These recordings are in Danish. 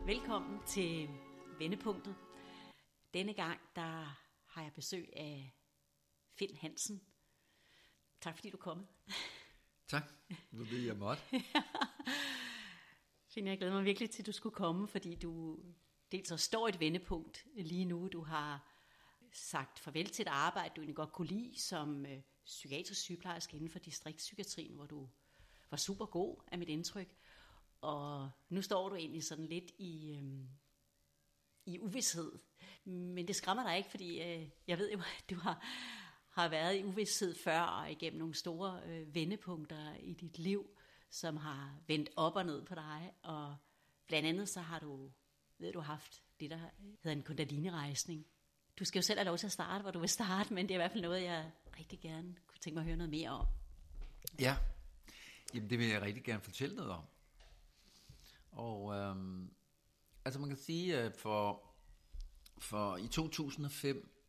Velkommen til Vendepunktet. Denne gang der har jeg besøg af Finn Hansen. Tak fordi du er kommet. Tak, nu ved jeg måtte. Finn, jeg glæder mig virkelig til, at du skulle komme, fordi du dels står et vendepunkt lige nu. Du har sagt farvel til et arbejde, du egentlig godt kunne lide som psykiatrisk sygeplejerske inden for distriktspsykiatrien, hvor du var super god af mit indtryk. Og nu står du egentlig sådan lidt i uvished. Men det skræmmer dig ikke, fordi jeg ved jo, at du har været i uvished før og igennem nogle store vendepunkter i dit liv, som har vendt op og ned på dig. Og blandt andet så har du haft det, der hedder en kundalini-rejsning. Du skal jo selv have lov til at starte, hvor du vil starte, men det er i hvert fald noget, jeg rigtig gerne kunne tænke mig at høre noget mere om. Ja, jamen det vil jeg rigtig gerne fortælle noget om. Og altså man kan sige, at for i 2005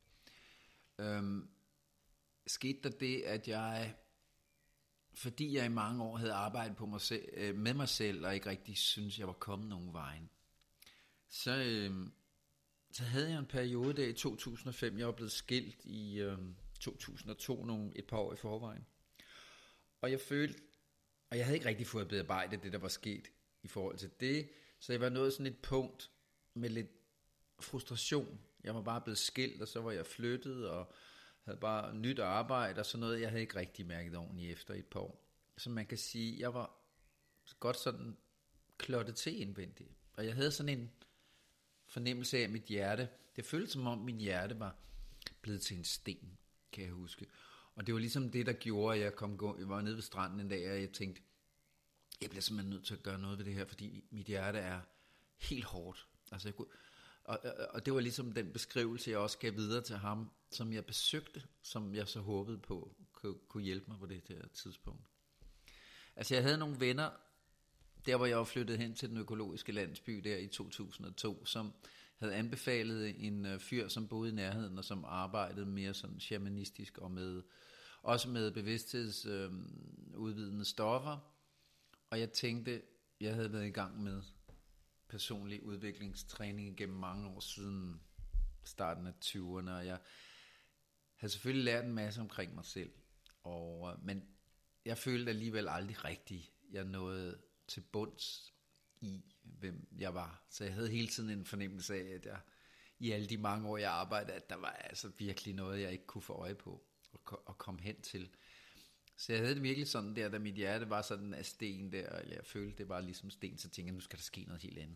skete der det, at fordi jeg i mange år havde arbejdet på mig selv, med mig selv, og ikke rigtig synes jeg var kommet nogen vejen, så havde jeg en periode der i 2005. Jeg var blevet skilt i 2002, et par år i forvejen. Og jeg følte, og jeg havde ikke rigtig fået bearbejdet det, der var sket i forhold til det, så jeg var nået sådan et punkt med lidt frustration. Jeg var bare blevet skilt, og så var jeg flyttet, og havde bare nyt arbejde, og sådan noget, jeg havde ikke rigtig mærket ordentligt efter et par år. Så man kan sige, jeg var godt sådan klottet til indvendigt, og jeg havde sådan en fornemmelse af mit hjerte. Det føltes som om mit hjerte var blevet til en sten, kan jeg huske. Og det var ligesom det, der gjorde, at jeg var nede ved stranden en dag, og jeg tænkte, jeg bliver simpelthen nødt til at gøre noget ved det her, fordi mit hjerte er helt hårdt. Altså, og det var ligesom den beskrivelse, jeg også gav videre til ham, som jeg besøgte, som jeg så håbede på kunne hjælpe mig på det her tidspunkt. Altså, jeg havde nogle venner, der hvor jeg var flyttet hen til den økologiske landsby der i 2002, som havde anbefalet en fyr, som boede i nærheden, og som arbejdede mere sådan shamanistisk, og også med bevidsthedsudvidende stoffer. Og jeg tænkte, jeg havde været i gang med personlig udviklingstræning gennem mange år siden starten af 20'erne, og jeg havde selvfølgelig lært en masse omkring mig selv. Men jeg følte alligevel aldrig rigtigt, jeg nåede til bunds i, hvem jeg var. Så jeg havde hele tiden en fornemmelse af, at jeg i alle de mange år, jeg arbejdede, at der var altså virkelig noget, jeg ikke kunne få øje på og komme hen til. Så jeg havde det virkelig sådan der, da mit hjerte var sådan af sten der, eller jeg følte, det var ligesom sten, så tænkte jeg, nu skal der ske noget helt andet.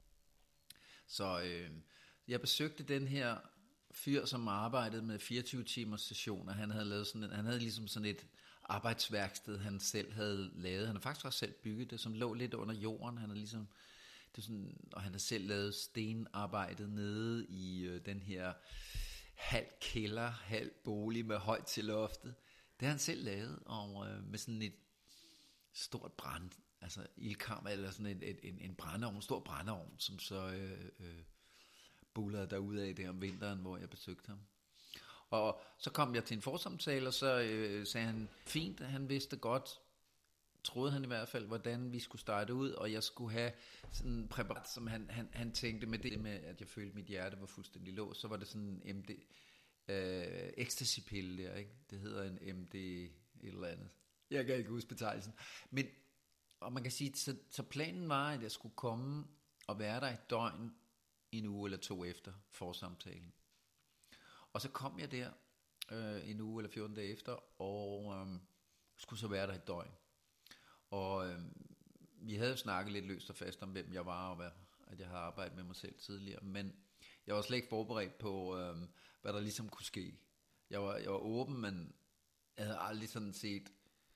Så jeg besøgte den her fyr, som arbejdede med 24 timers sessioner. Han havde ligesom sådan et arbejdsværksted, han selv havde lavet. Han har faktisk også selv bygget det, som lå lidt under jorden. Han havde og han har selv lavet stenarbejdet nede i den her halv kælder, halv bolig med højt til loftet. Det har han selv lavet, og med sådan et stort ildkammer, eller sådan en brændeovn, en stor brændeovn, som så bullede derudad der om vinteren, hvor jeg besøgte ham. Og så kom jeg til en forsamtale, og så sagde han, fint, han vidste godt, troede han i hvert fald, hvordan vi skulle starte ud, og jeg skulle have sådan en præparat, som han tænkte med det med, at jeg følte, at mit hjerte var fuldstændig låst, så var det sådan en MD, ecstasy-pille der, ikke? Det hedder en MD et eller andet. Jeg kan ikke huske betegnelsen. Og man kan sige, så planen var, at jeg skulle komme og være der et døgn, en uge eller to efter forsamtalen. Og så kom jeg der en uge eller 14 dage efter, og skulle så være der et døgn. Og vi havde snakket lidt løst og fast om, hvem jeg var, og at jeg havde arbejdet med mig selv tidligere, men jeg var slet ikke forberedt på, hvad der ligesom kunne ske. Jeg var åben, men jeg havde aldrig sådan set...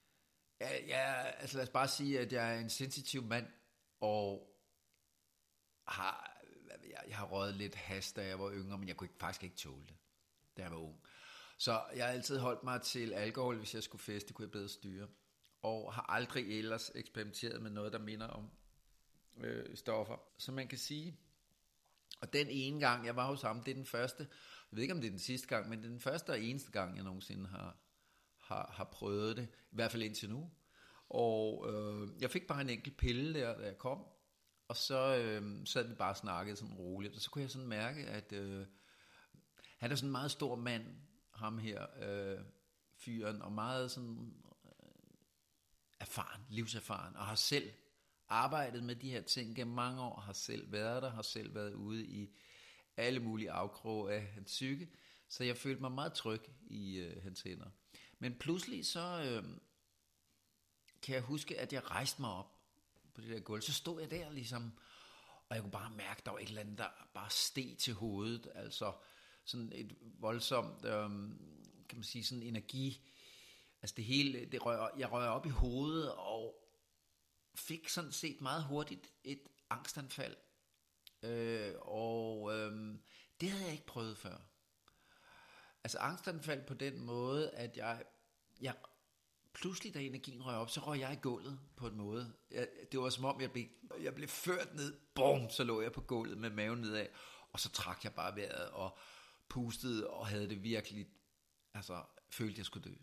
Altså lad os bare sige, at jeg er en sensitiv mand, og jeg har røget lidt hash, da jeg var yngre, men jeg kunne faktisk ikke tåle det, da jeg var ung. Så jeg har altid holdt mig til alkohol, hvis jeg skulle feste, kunne jeg bedre styre. Og har aldrig ellers eksperimenteret med noget, der minder om stoffer. Så man kan sige... Og den ene gang, jeg var hos ham, det er den første, jeg ved ikke, om det er den sidste gang, men det er den første og eneste gang, jeg nogensinde har prøvet det, i hvert fald indtil nu. Og jeg fik bare en enkelt pille der, da jeg kom, Og så sad vi bare og snakkede sådan roligt, og så kunne jeg sådan mærke, at han er sådan en meget stor mand, ham her, fyren, og meget sådan erfaren, livserfaren, og har selv arbejdet med de her ting gennem mange år, har selv været der, har selv været ude i alle mulige afkroge af hans psyke, så jeg følte mig meget tryg i hans hænder. Men pludselig så kan jeg huske, at jeg rejste mig op på det der gulv, så stod jeg der ligesom, og jeg kunne bare mærke, at der var et eller andet, der bare steg til hovedet, altså sådan et voldsomt, kan man sige, sådan energi, altså det hele, jeg røg op i hovedet, og fik sådan set meget hurtigt et angstanfald, det havde jeg ikke prøvet før. Altså angstanfald på den måde, at jeg pludselig, da energien røg op, så røg jeg i gulvet på en måde. Det var som om, jeg blev ført ned, bum, så lå jeg på gulvet med maven nedad, og så trak jeg bare vejret og pustede, og havde det virkelig, altså følte, jeg skulle dø.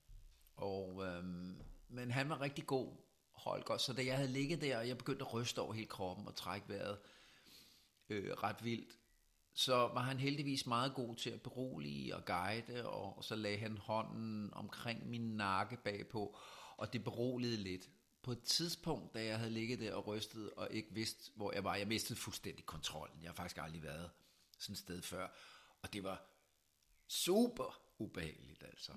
Men han var rigtig god, Holger, så da jeg havde ligget der, og jeg begyndte at ryste over hele kroppen og trække vejret ret vildt, så var han heldigvis meget god til at berolige og guide, og så lagde han hånden omkring min nakke bagpå, og det beroligede lidt. På et tidspunkt, da jeg havde ligget der og rystet, og ikke vidste, hvor jeg var, jeg mistede fuldstændig kontrollen. Jeg har faktisk aldrig været sådan et sted før, og det var super ubehageligt, altså.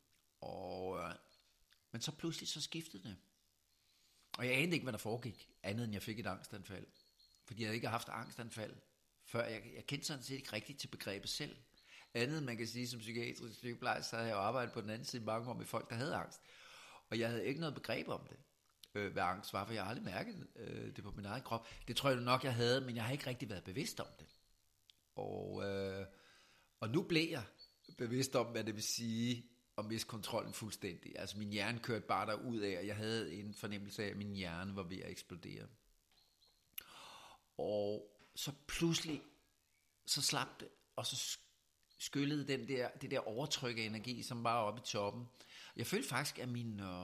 Men så pludselig så skiftede det. Og jeg anede ikke, hvad der foregik, andet end jeg fik et angstanfald. Fordi jeg havde ikke haft angstanfald før. Jeg kendte sådan set ikke rigtigt til begrebet selv. Andet, man kan sige, som psykiatrisk sygeplejerske, så havde jeg jo arbejdet på den anden side mange år med folk, der havde angst. Og jeg havde ikke noget begreb om det, hvad angst var, for jeg har aldrig mærket det på min egen krop. Det tror jeg nok, jeg havde, men jeg har ikke rigtig været bevidst om det. Og nu blev jeg bevidst om, hvad det vil sige at miste kontrollen fuldstændig. Altså min hjerne kørte bare derud af, og jeg havde en fornemmelse af, at min hjerne var ved at eksplodere. Og så pludselig, så slap det, og så skyllede det der overtryk af energi, som var oppe i toppen. Jeg følte faktisk, at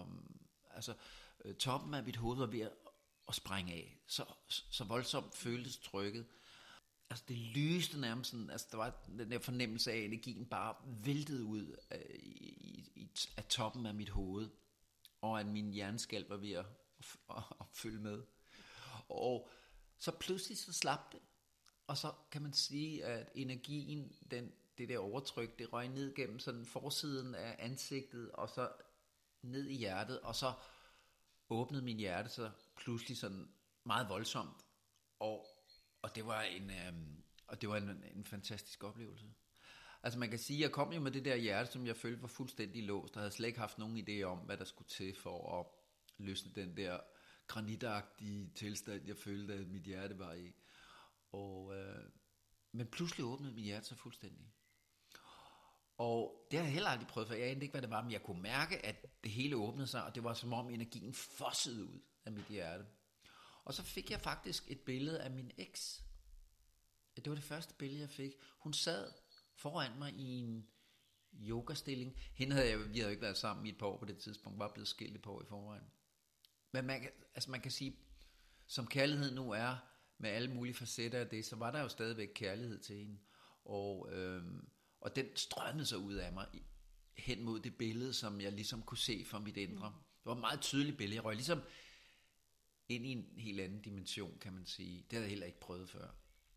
toppen af mit hoved var ved at sprænge af. Så voldsomt føltes trykket. Altså det lyste nærmest sådan, altså der var den der fornemmelse af, at energien bare væltede ud af toppen af mit hoved, og at min hjerneskalp var ved at følge med. Og så pludselig så slap det, og så kan man sige, at energien, det der overtryk, det røg ned gennem sådan forsiden af ansigtet, og så ned i hjertet, og så åbnede min hjerte så pludselig sådan meget voldsomt, og det var en fantastisk oplevelse. Altså man kan sige, at jeg kom jo med det der hjerte, som jeg følte var fuldstændig låst, og havde slet ikke haft nogen idé om, hvad der skulle til for at løsne den der granitagtige tilstand, jeg følte, at mit hjerte var i. Men pludselig åbnede mit hjerte så fuldstændig. Og det har jeg heller aldrig prøvet, for jeg anede ikke, hvad det var, men jeg kunne mærke, at det hele åbnede sig, og det var som om energien fossede ud af mit hjerte. Og så fik jeg faktisk et billede af min eks. Det var det første billede, jeg fik. Hun sad foran mig i en yogastilling. Vi havde jo ikke været sammen i et par år på det tidspunkt, var blevet skilt et par år i forvejen. Men man kan sige, som kærlighed nu er, med alle mulige facetter af det, så var der jo stadigvæk kærlighed til hende. Og den strømmede sig ud af mig hen mod det billede, som jeg ligesom kunne se fra mit indre. Det var et meget tydeligt billede. Jeg røg ligesom ind i en helt anden dimension, kan man sige. Det havde jeg heller ikke prøvet før.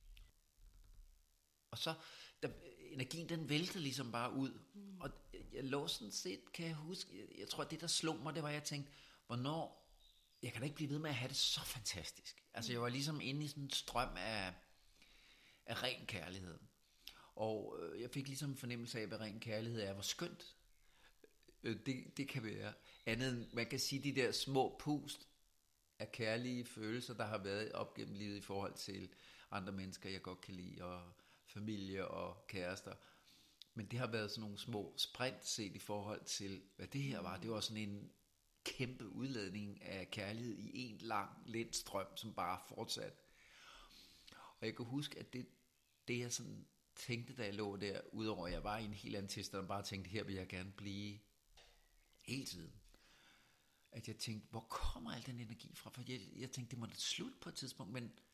Og så, energien den væltede ligesom bare ud. Og jeg lå sådan set, kan jeg huske, jeg tror, det der slog mig, det var, jeg tænkte, jeg kan da ikke blive ved med at have det så fantastisk. Altså jeg var ligesom inde i sådan en strøm af ren kærlighed. Og jeg fik ligesom en fornemmelse af, hvad ren kærlighed er, hvor skønt det kan være. Andet, man kan sige, de der små pust af kærlige følelser, der har været op gennem livet i forhold til andre mennesker, jeg godt kan lide, og familie og kærester. Men det har været sådan nogle små sprint set i forhold til, hvad det her var. Det var sådan en kæmpe udladning af kærlighed i en lang lindstrøm, som bare fortsatte. Og jeg kan huske, at det jeg sådan tænkte, da jeg lå der, udover at jeg var i en helt anden tilstand, og bare tænkte, her vil jeg gerne blive hele tiden. At jeg tænkte, hvor kommer al den energi fra? For jeg tænkte, det må da slutte på et tidspunkt, men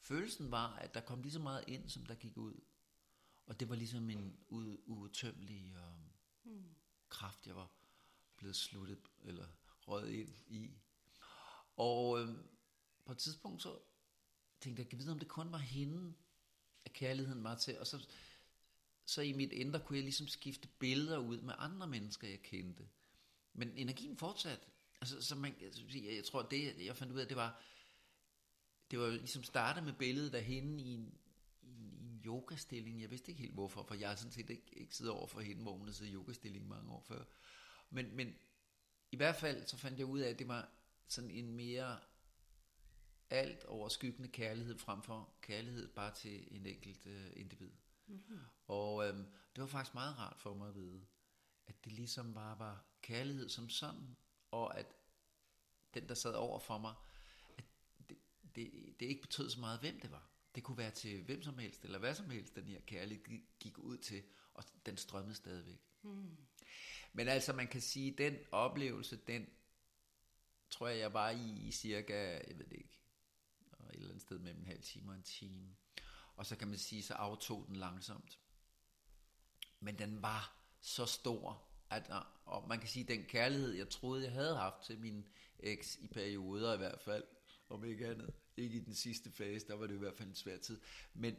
følelsen var, at der kom lige så meget ind, som der gik ud. Og det var ligesom en uudtømmelig kraft, jeg var blevet sluttet, eller røget ind i. Og på et tidspunkt så tænkte jeg, kan vide, om det kun var hende, at kærligheden var til. Og så i mit indre kunne jeg ligesom skifte billeder ud med andre mennesker, jeg kendte. Men energien fortsatte. Altså, jeg tror, det jeg fandt ud af, det var ligesom startet med billedet af hende i en yogastilling. Jeg vidste ikke helt hvorfor, for jeg har sådan set ikke siddet over for hende, hvor hun har siddet i yogastilling mange år før. Men i hvert fald så fandt jeg ud af, at det var sådan en mere alt overskyggende kærlighed frem for kærlighed bare til en enkelt individ. Mm-hmm. Og det var faktisk meget rart for mig at vide, at det ligesom bare var kærlighed som sådan, og at den, der sad over for mig, at det ikke betød så meget, hvem det var. Det kunne være til hvem som helst, eller hvad som helst, den her kærlighed gik ud til, og den strømmede stadigvæk. Mm. Men altså, man kan sige, den oplevelse, den tror jeg var i cirka, jeg ved det ikke, et eller andet sted mellem en halv time og en time. Og så kan man sige, så aftog den langsomt. Men den var så stor, og man kan sige, den kærlighed, jeg troede, jeg havde haft til min eks i perioder i hvert fald, om ikke andet. Ikke i den sidste fase, der var det i hvert fald en svær tid. Men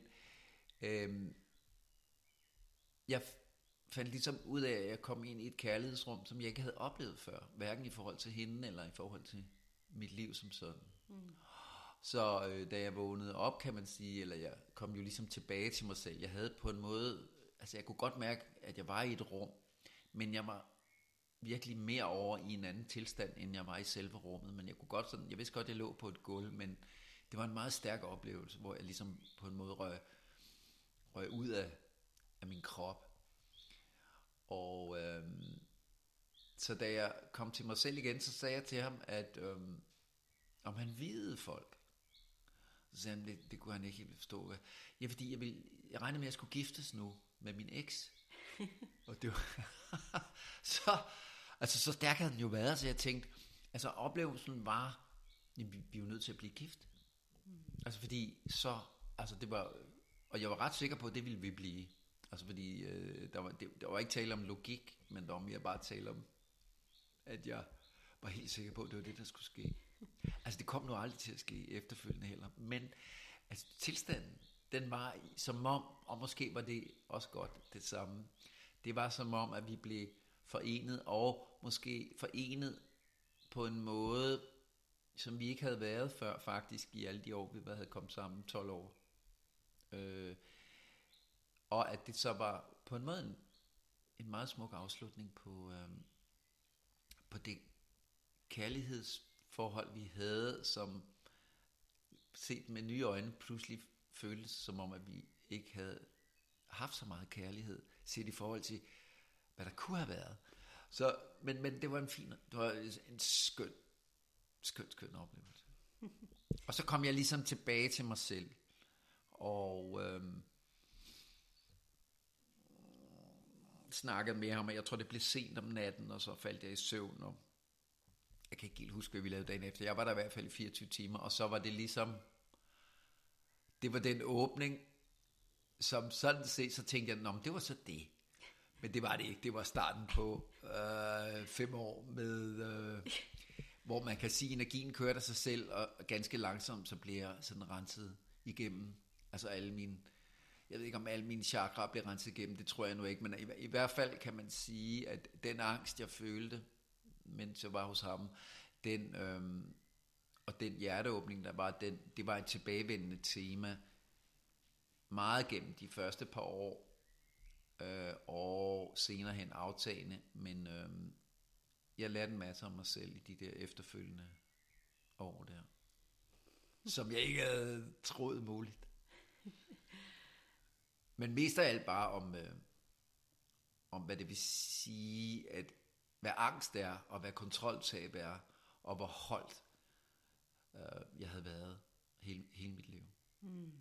jeg fandt ligesom ud af, at jeg kom ind i et kærlighedsrum, som jeg ikke havde oplevet før. Hverken i forhold til hende, eller i forhold til mit liv som sådan. Mm. Så da jeg vågnede op, kan man sige, eller jeg kom jo ligesom tilbage til mig selv. Jeg havde på en måde, altså jeg kunne godt mærke, at jeg var i et rum, men jeg var virkelig mere over i en anden tilstand, end jeg var i selve rummet. Men jeg kunne godt sådan, jeg vidste godt, at jeg lå på et gulv, men det var en meget stærk oplevelse, hvor jeg ligesom på en måde røg ud af min krop. Og så da jeg kom til mig selv igen, så sagde jeg til ham, at om han videde folk. Så sagde han, det kunne han ikke helt forstå. Ja, fordi jeg regnede med, at jeg skulle giftes nu med min eks. Og det var så stærk havde den jo været, så jeg tænkte, altså oplevelsen var, vi er jo nødt til at blive gift. Altså fordi det var, og jeg var ret sikker på, at det ville vi blive. Altså fordi der var ikke tale om logik, men der var mere bare tale om, at jeg var helt sikker på, at det var det, der skulle ske. Altså det kom nu aldrig til at ske efterfølgende heller, men altså tilstanden, den var som om, og måske var det også godt det samme, det var som om, at vi blev forenet, og måske forenet på en måde, som vi ikke havde været før faktisk, i alle de år, vi havde kommet sammen, 12 år. Og at det så var på en måde en meget smuk afslutning på det kærlighedsforhold, vi havde, som set med nye øjne pludselig føltes som om, at vi ikke havde haft så meget kærlighed, set i forhold til, hvad der kunne have været. Så, men det var det var en skøn oplevelse. Og så kom jeg ligesom tilbage til mig selv, og snakkede med ham, og jeg tror det blev sent om natten, og så faldt jeg i søvn, og jeg kan ikke helt huske, hvad vi lavede dagen efter. Jeg var der i hvert fald i 24 timer, og så var det ligesom, det var den åbning, som sådan set, så tænkte jeg, det var så det. Men det var det ikke. Det var starten på 5 år med, hvor man kan sige, at energien kører af sig selv, og ganske langsomt, så bliver jeg sådan renset igennem. Altså jeg ved ikke, om alle mine chakra bliver renset igennem, det tror jeg nu ikke, men i hvert fald kan man sige, at den angst, jeg følte, mens jeg var hos ham, og den hjerteåbning, der var, det var et tilbagevendende tema, meget gennem de første par år, og senere hen aftagende, men jeg lærte en masse om mig selv i de der efterfølgende år der, som jeg ikke havde troet muligt. Men mest af alt bare om hvad det vil sige, hvad angst er, og hvad kontroltab er, og hvor holdt jeg havde været hele mit liv. Mm.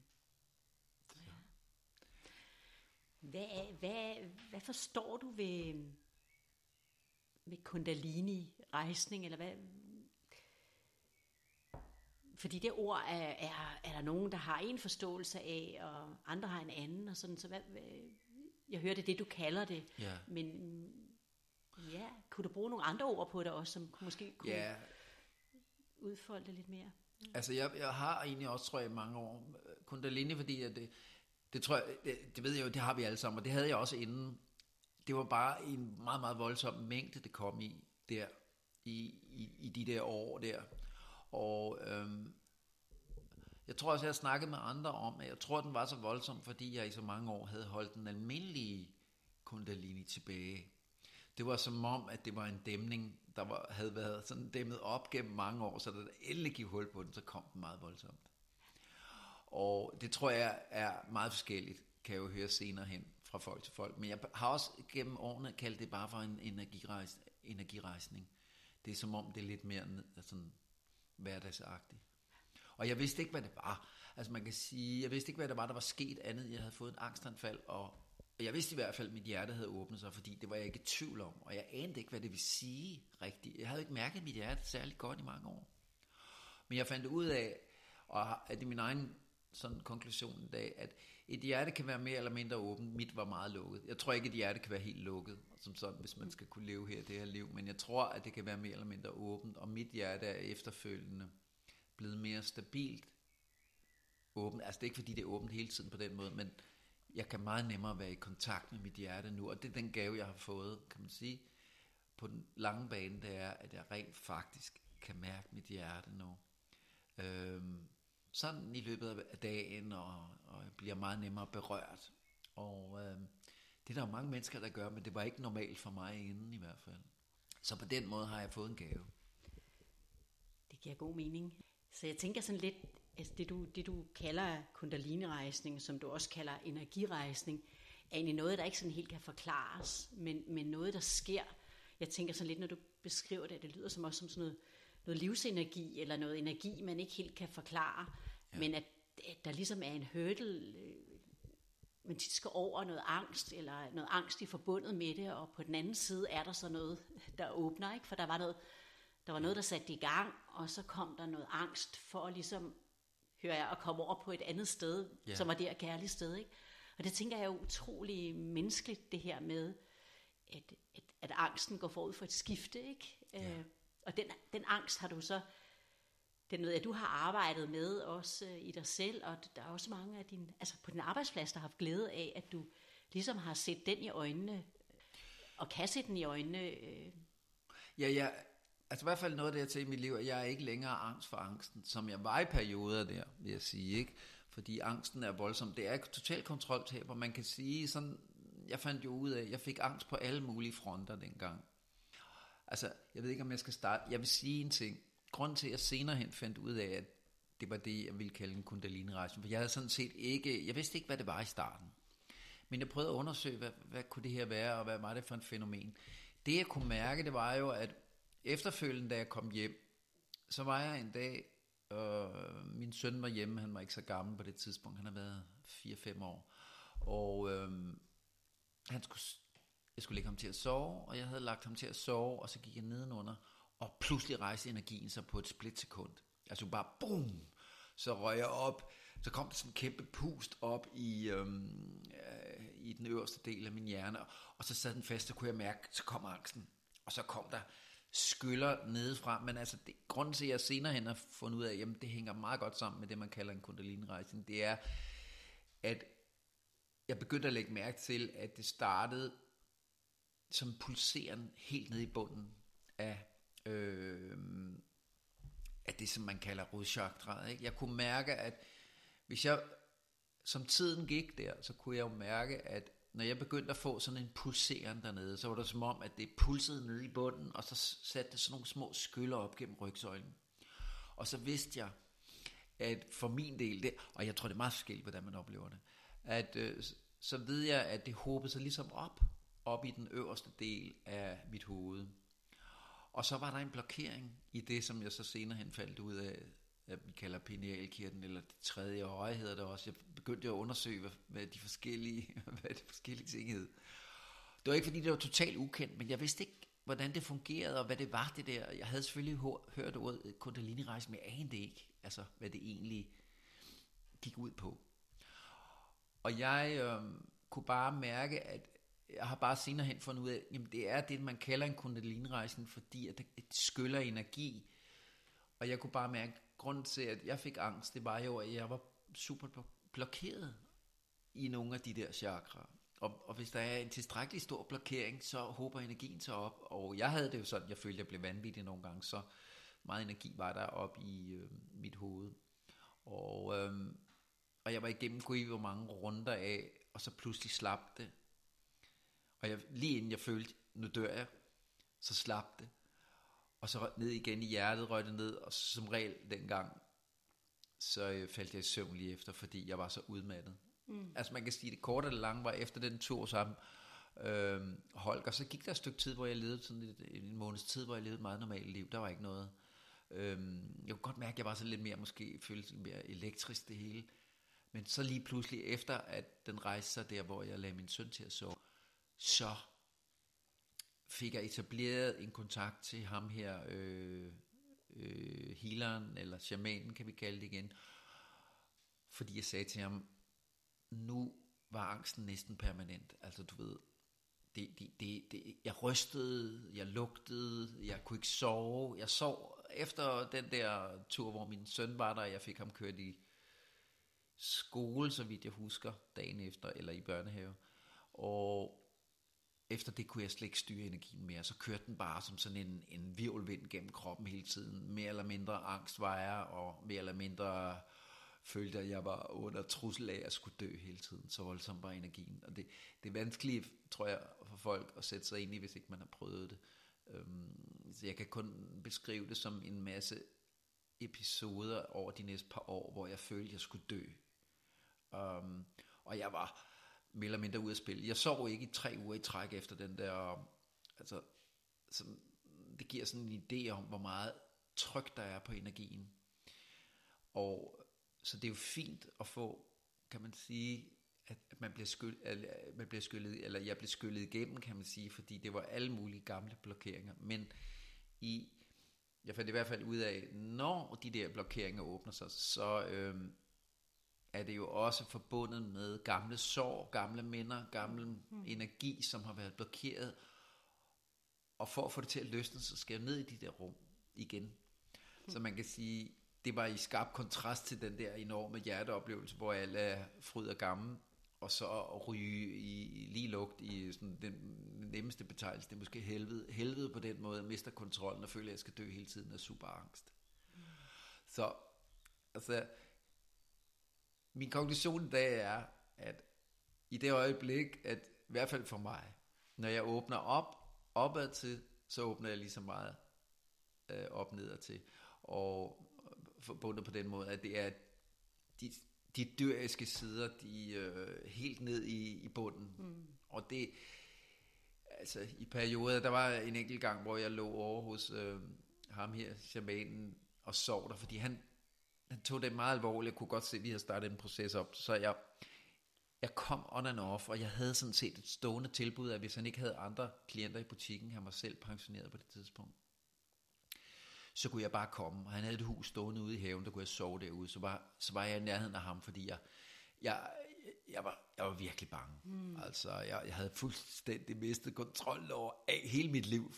Hvad forstår du ved kundalini-rejsning, eller hvad? fordi det ord er der nogen, der har en forståelse af, og andre har en anden, og sådan, så jeg hørte det, du kalder det, men ja, kunne du bruge nogle andre ord på det også, som måske kunne udfolde det lidt mere? Altså, jeg har egentlig også, tror jeg, i mange år Kundalini, fordi at det tror jeg, det ved jeg jo, det har vi alle sammen, og det havde jeg også inden. Det var bare en meget, meget voldsom mængde, det kom i der, i de der år der. Og jeg tror også, jeg har snakket med andre om, at jeg tror, den var så voldsom, fordi jeg i så mange år havde holdt den almindelige Kundalini tilbage. Det var som om, at det var en dæmning, der havde været sådan dæmmet op gennem mange år, så da der endelig gik hul på den, så kom den meget voldsomt. Og det tror jeg er meget forskelligt, kan jeg jo høre senere hen fra folk til folk. Men jeg har også gennem årene kaldt det bare for en energirejsning. Det er som om, det er lidt mere sådan hverdagsagtigt. Og jeg vidste ikke, hvad det var. Altså man kan sige, jeg vidste ikke, hvad det var, der var sket andet. Jeg havde fået et angstanfald, og jeg vidste i hvert fald, at mit hjerte havde åbnet sig, fordi det var jeg ikke i tvivl om. Og jeg anede ikke, hvad det ville sige rigtigt. Jeg havde ikke mærket mit hjerte særlig godt i mange år. Men jeg fandt ud af, og at det er min egen sådan konklusion i dag, at et hjerte kan være mere eller mindre åbent. Mit var meget lukket. Jeg tror ikke, et hjerte kan være helt lukket, som sådan, hvis man skal kunne leve her det her liv. Men jeg tror, at det kan være mere eller mindre åbent, og mit hjerte er efterfølgende blevet mere stabilt åbent. Altså det er ikke, fordi det er åbent hele tiden på den måde, men jeg kan meget nemmere være i kontakt med mit hjerte nu, og det er den gave, jeg har fået, kan man sige, på den lange bane, det er, at jeg rent faktisk kan mærke mit hjerte nu. Sådan i løbet af dagen, og jeg bliver meget nemmere berørt. Og det er der jo mange mennesker, der gør, men det var ikke normalt for mig inden i hvert fald. Så på den måde har jeg fået en gave. Det giver god mening. Så jeg tænker sådan lidt, altså det du kalder kundalini-rejsning, som du også kalder energirejsning, er egentlig noget, der ikke sådan helt kan forklares, men noget, der sker. Jeg tænker sådan lidt, når du beskriver det, det lyder som også som sådan noget livsenergi, eller noget energi, man ikke helt kan forklare, men at der ligesom er en hurdle, man tit skal over noget angst, eller noget angst i forbundet med det, og på den anden side er der så noget, der åbner, ikke? For der var noget, der satte det i gang, og så kom der noget angst for at ligesom, hører jeg, at komme over på et andet sted, som var det et kærligt sted, ikke? Og det tænker jeg er utrolig menneskeligt, det her med, at angsten går forud for et skifte, ikke? Og den angst har du så, det er noget, at du har arbejdet med også i dig selv, og der er også mange af dine, altså på din arbejdsplads, der har haft glæde af, at du ligesom har set den i øjnene, og kan se den i øjnene. Ja, altså i hvert fald noget af det, jeg til i mit liv, at jeg er ikke længere angst for angsten, som jeg var i perioder der, vil jeg sige, ikke? Fordi angsten er voldsom. Det er total kontroltab, og man kan sige sådan, jeg fandt jo ud af, at jeg fik angst på alle mulige fronter dengang. Altså, jeg ved ikke, om jeg skal starte. Jeg vil sige en ting. Grunden til, at jeg senere hen fandt ud af, at det var det, jeg ville kalde en kundalini-rejse, for jeg havde sådan set ikke, jeg vidste ikke, hvad det var i starten. Men jeg prøvede at undersøge, hvad kunne det her være, og hvad var det for en fænomen. Det, jeg kunne mærke, det var jo, at efterfølgende, da jeg kom hjem, så var jeg en dag, min søn var hjemme, han var ikke så gammel på det tidspunkt, han har været 4-5 år, og jeg skulle lægge ham til at sove, og jeg havde lagt ham til at sove, og så gik jeg nedenunder, og pludselig rejste energien sig på et splitsekund. Altså bare boom, så røg jeg op, så kom der sådan en kæmpe pust op i den øverste del af min hjerne, og så sad den fast, så kunne jeg mærke, så kom angsten, og så kom der skyller nedefra, men altså grunden til, at jeg senere hen har fundet ud af, jamen det hænger meget godt sammen med det, man kalder en kundalini-rejsning, det er, at jeg begyndte at lægge mærke til, at det startede som pulseren helt nede i bunden af det, som man kalder rodchakraet, ikke? Jeg kunne mærke, at hvis jeg, som tiden gik der, så kunne jeg jo mærke, at når jeg begyndte at få sådan en pulseren dernede, så var det som om, at det pulsede nede i bunden, og så satte det sådan nogle små skyller op gennem rygsøjlen. Og så vidste jeg, at for min del, og jeg tror, det er meget forskelligt, hvordan man oplever det, at så ved jeg, at det håbede sig ligesom op i den øverste del af mit hoved. Og så var der en blokering i det, som jeg så senere hen faldt ud af, at vi kalder pinealkirtlen, eller det tredje øje hedder det også. Jeg begyndte at undersøge, hvad de forskellige ting hed. Det var ikke, fordi det var totalt ukendt, men jeg vidste ikke, hvordan det fungerede, og hvad det var det der. Jeg havde selvfølgelig hørt ordet kundalini-rejse, men jeg anede ikke, altså hvad det egentlig gik ud på. Og jeg kunne bare mærke, at jeg har bare senere hen fundet ud af, jamen det er det, man kalder en kundalini-rejsen, fordi at det skyller energi. Og jeg kunne bare mærke, grunden til, at jeg fik angst, det var jo, at jeg var super blokeret i nogle af de der chakraer. Og hvis der er en tilstrækkelig stor blokering, så håber energien sig op. Og jeg havde det jo sådan, jeg følte, jeg blev vanvittig nogle gange, så meget energi var der op i mit hoved. Og jeg var igennem hvor mange runder af, og så pludselig slap det. Og lige inden jeg følte, nu dør jeg, så slap det. Og så ned igen i hjertet, røg det ned, og som regel dengang, så faldt jeg i søvn lige efter, fordi jeg var så udmattet. Altså man kan sige, det korte eller lange var efter den tur sammen Holger, så gik der et stykke tid, hvor jeg levede sådan en måneds tid, hvor jeg levede et meget normalt liv. Der var ikke noget. Jeg kunne godt mærke, at jeg var så lidt mere, måske følte lidt mere elektrisk det hele. Men så lige pludselig efter, at den rejste sig der, hvor jeg lagde min søn til at sove, så fik jeg etableret en kontakt til ham her, healeren, eller shamanen kan vi kalde det igen. Fordi jeg sagde til ham, nu var angsten næsten permanent. Altså du ved, jeg rystede, jeg lugtede, jeg kunne ikke sove. Jeg sov efter den der tur, hvor min søn var der, jeg fik ham kørt i skole, så vidt jeg husker, dagen efter, eller i børnehave. Og efter det kunne jeg slet ikke styre energien mere. Så kørte den bare som sådan en virvelvind gennem kroppen hele tiden. Mere eller mindre angst var jeg, og mere eller mindre følte, at jeg var under trussel af at skulle dø hele tiden. Så voldsomt var energien. Og det er vanskeligt, tror jeg, for folk at sætte sig ind i, hvis ikke man har prøvet det. Så jeg kan kun beskrive det som en masse episoder over de næste par år, hvor jeg følte, at jeg skulle dø. Og jeg var mere eller mindre ude at spille. Jeg sov ikke i 3 uger i træk efter den der, altså, sådan, det giver sådan en idé om, hvor meget tryk der er på energien. Og så det er jo fint at få, kan man sige, at man bliver skyllet, eller jeg blev skyllet igennem, kan man sige, fordi det var alle mulige gamle blokeringer. Men jeg fandt i hvert fald ud af, når de der blokeringer åbner sig, så er det jo også forbundet med gamle sår, gamle minder, gammel energi, som har været blokeret. Og for at få det til at løsne, så skal jeg ned i de der rum igen. Så man kan sige, det var i skarp kontrast til den der enorme hjerteoplevelse, hvor alle er fryd og gammel, og så at ryge i lige lugt i sådan den nemmeste betegnelse, det er måske helvede. Helvede på den måde, mister kontrollen og føler, at jeg skal dø hele tiden af super angst. Så altså, min konklusion i dag er, at i det øjeblik, at i hvert fald for mig, når jeg åbner opad til, så åbner jeg lige så meget op nedad til, og forbundet på den måde, at det er de dyriske sider, de helt ned i bunden. Og det, altså i perioder, der var en enkelt gang, hvor jeg lå over hos ham her, shamanen, og sov der, fordi han tog det meget alvorligt. Jeg kunne godt se, at vi havde startet en proces op, så jeg kom on and off, og jeg havde sådan set et stående tilbud, at hvis han ikke havde andre klienter i butikken, han var selv pensioneret på det tidspunkt, så kunne jeg bare komme, og han havde et hus stående ude i haven, der kunne jeg sove derude, så var jeg i nærheden af ham, fordi jeg var virkelig bange. Altså, jeg havde fuldstændig mistet kontrollen over hele mit liv,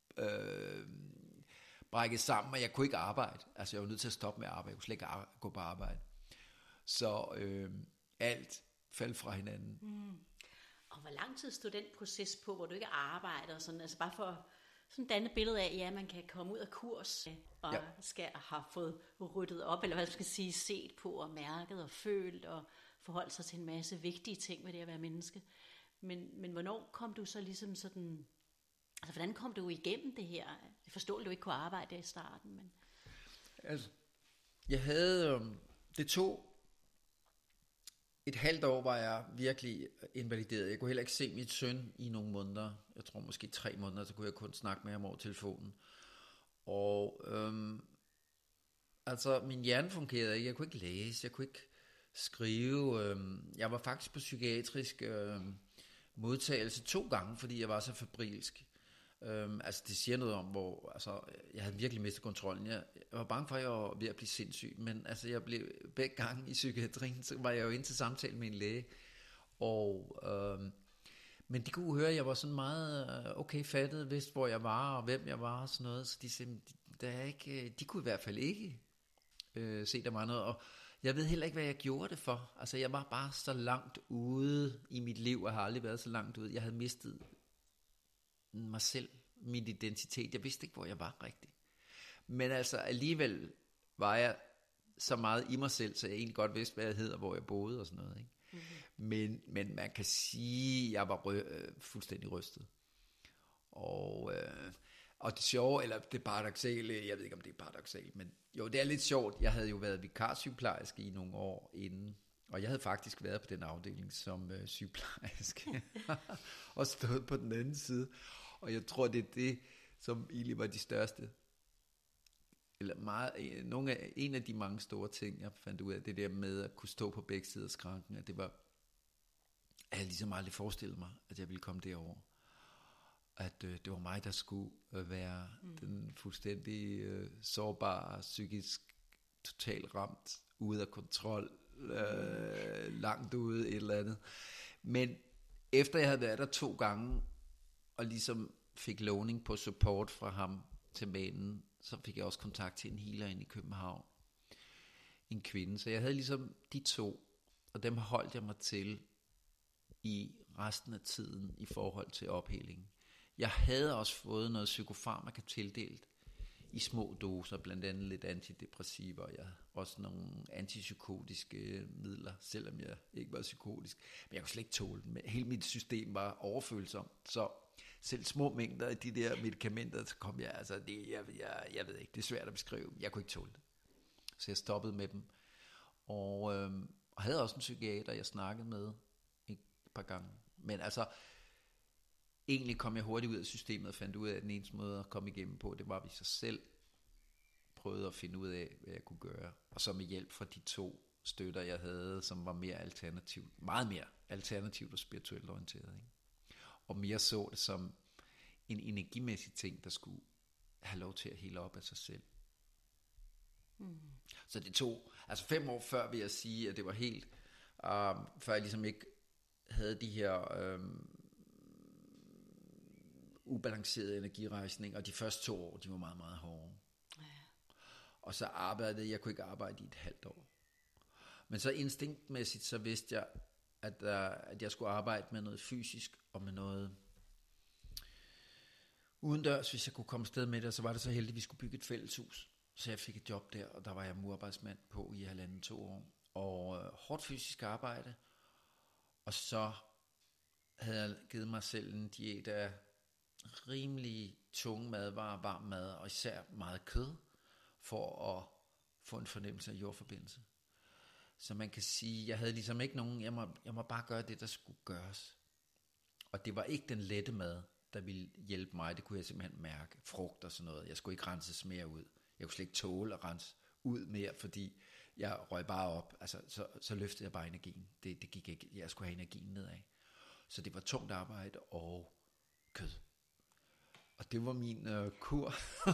brækket sammen, og jeg kunne ikke arbejde. Altså, jeg var nødt til at stoppe med at arbejde, jeg kunne slet ikke gå på arbejde. Så alt faldt fra hinanden. Og hvor lang tid stod den proces på, hvor du ikke arbejder og sådan, altså bare for sådan danne billede af, ja, man kan komme ud af kurs og skal have fået ryddet op, eller hvad skal sige, set på og mærket og følt og forholdt sig til en masse vigtige ting med det at være menneske. Men hvornår kom du så ligesom sådan, altså hvordan kom du igennem det her? Jeg forstår, at du ikke kunne arbejde der i starten, men altså, jeg havde, det tog et halvt år, var jeg virkelig invalideret. Jeg kunne heller ikke se mit søn i nogle måneder. Jeg tror måske 3 måneder, så kunne jeg kun snakke med ham over telefonen. Og altså, min hjerne fungerede ikke. Jeg kunne ikke læse, jeg kunne ikke skrive. Jeg var faktisk på psykiatrisk modtagelse 2 gange, fordi jeg var så febrilsk. Altså det siger noget om, hvor altså, jeg havde virkelig mistet kontrollen. Jeg var bange for, at jeg var ved at blive sindssyg, men altså jeg blev begge gange i psykiatrien, så var jeg jo inde til samtale med en læge, og men de kunne høre, at jeg var sådan meget okay fattet, vidste hvor jeg var, og hvem jeg var og sådan noget, så de sagde, de kunne i hvert fald ikke se, der var noget, og jeg ved heller ikke, hvad jeg gjorde det for. Altså jeg var bare så langt ude i mit liv, og har aldrig været så langt ude. Jeg havde mistet mig selv, min identitet. Jeg vidste ikke, hvor jeg var rigtigt. Men altså alligevel var jeg så meget i mig selv, så jeg egentlig godt vidste, hvad jeg hed, og hvor jeg boede og sådan noget. Ikke? Mm-hmm. Men man kan sige, at jeg var fuldstændig rystet. Og det sjove, eller det paradoksale, jeg ved ikke, om det er paradoksalt, men jo, det er lidt sjovt. Jeg havde jo været vikarsygeplejerske i nogle år inden, og jeg havde faktisk været på den afdeling som sygeplejerske, og stået på den anden side. Og jeg tror, det er det, som egentlig var de største, eller en af de mange store ting, jeg fandt ud af, det der med at kunne stå på begge sider af skranken, at det var, at jeg ligesom aldrig forestillede mig, at jeg ville komme derover. At det var mig, der skulle være den fuldstændig sårbare, psykisk totalt ramt, ude af kontrol, langt ude, et eller andet. Men efter jeg havde været der 2 gange, og ligesom fik lovning på support fra ham til banen, så fik jeg også kontakt til en healer inde i København. En kvinde. Så jeg havde ligesom de 2, og dem holdt jeg mig til i resten af tiden i forhold til opheling. Jeg havde også fået noget psykofarmaka tildelt i små doser, blandt andet lidt antidepressiver, og jeg havde også nogle antipsykotiske midler, selvom jeg ikke var psykotisk. Men jeg kunne slet ikke tåle dem. Hele mit system var overfølsomt, så selv små mængder af de der medicamenter, så kom jeg, altså jeg ved ikke, det er svært at beskrive. Jeg kunne ikke tåle det. Så jeg stoppede med dem. Og havde også en psykiater, jeg snakkede med et par gange. Men altså, egentlig kom jeg hurtigt ud af systemet og fandt ud af, at den eneste måde at komme igennem på, det var, hvis jeg selv prøvede at finde ud af, hvad jeg kunne gøre. Og så med hjælp fra de 2 støtter, jeg havde, som var mere alternativt, meget mere alternativt og spirituelt orienteret. Ikke? Og mere så det som en energimæssig ting, der skulle have lov til at hele op af sig selv. Så det tog, altså 5 år før vil jeg sige, at det var helt, før jeg ligesom ikke havde de her ubalancerede energirejsninger, og de første 2 år, de var meget, meget hårde. Ja. Og så jeg kunne ikke arbejde i et halvt år. Men så instinktmæssigt, så vidste jeg, at jeg skulle arbejde med noget fysisk, og med noget udendørs, hvis jeg kunne komme afsted med det, og så var det så heldigt, at vi skulle bygge et fælleshus. Så jeg fik et job der, og der var jeg murarbejdsmand på i 1,5-2 år. Og hårdt fysisk arbejde, og så havde jeg givet mig selv en diæt af rimelig tunge madvarer, varm mad, og især meget kød, for at få en fornemmelse af jordforbindelse. Så man kan sige, jeg havde ligesom ikke nogen, jeg må bare gøre det, der skulle gøres. Og det var ikke den lette mad, der ville hjælpe mig. Det kunne jeg simpelthen mærke. Frugt og sådan noget. Jeg skulle ikke renses mere ud. Jeg kunne slet ikke tåle at rense ud mere, fordi jeg røg bare op. Altså, så løftede jeg bare energien. Det gik ikke. Jeg skulle have energien nedad. Så det var tungt arbejde og kød. Og det var min kur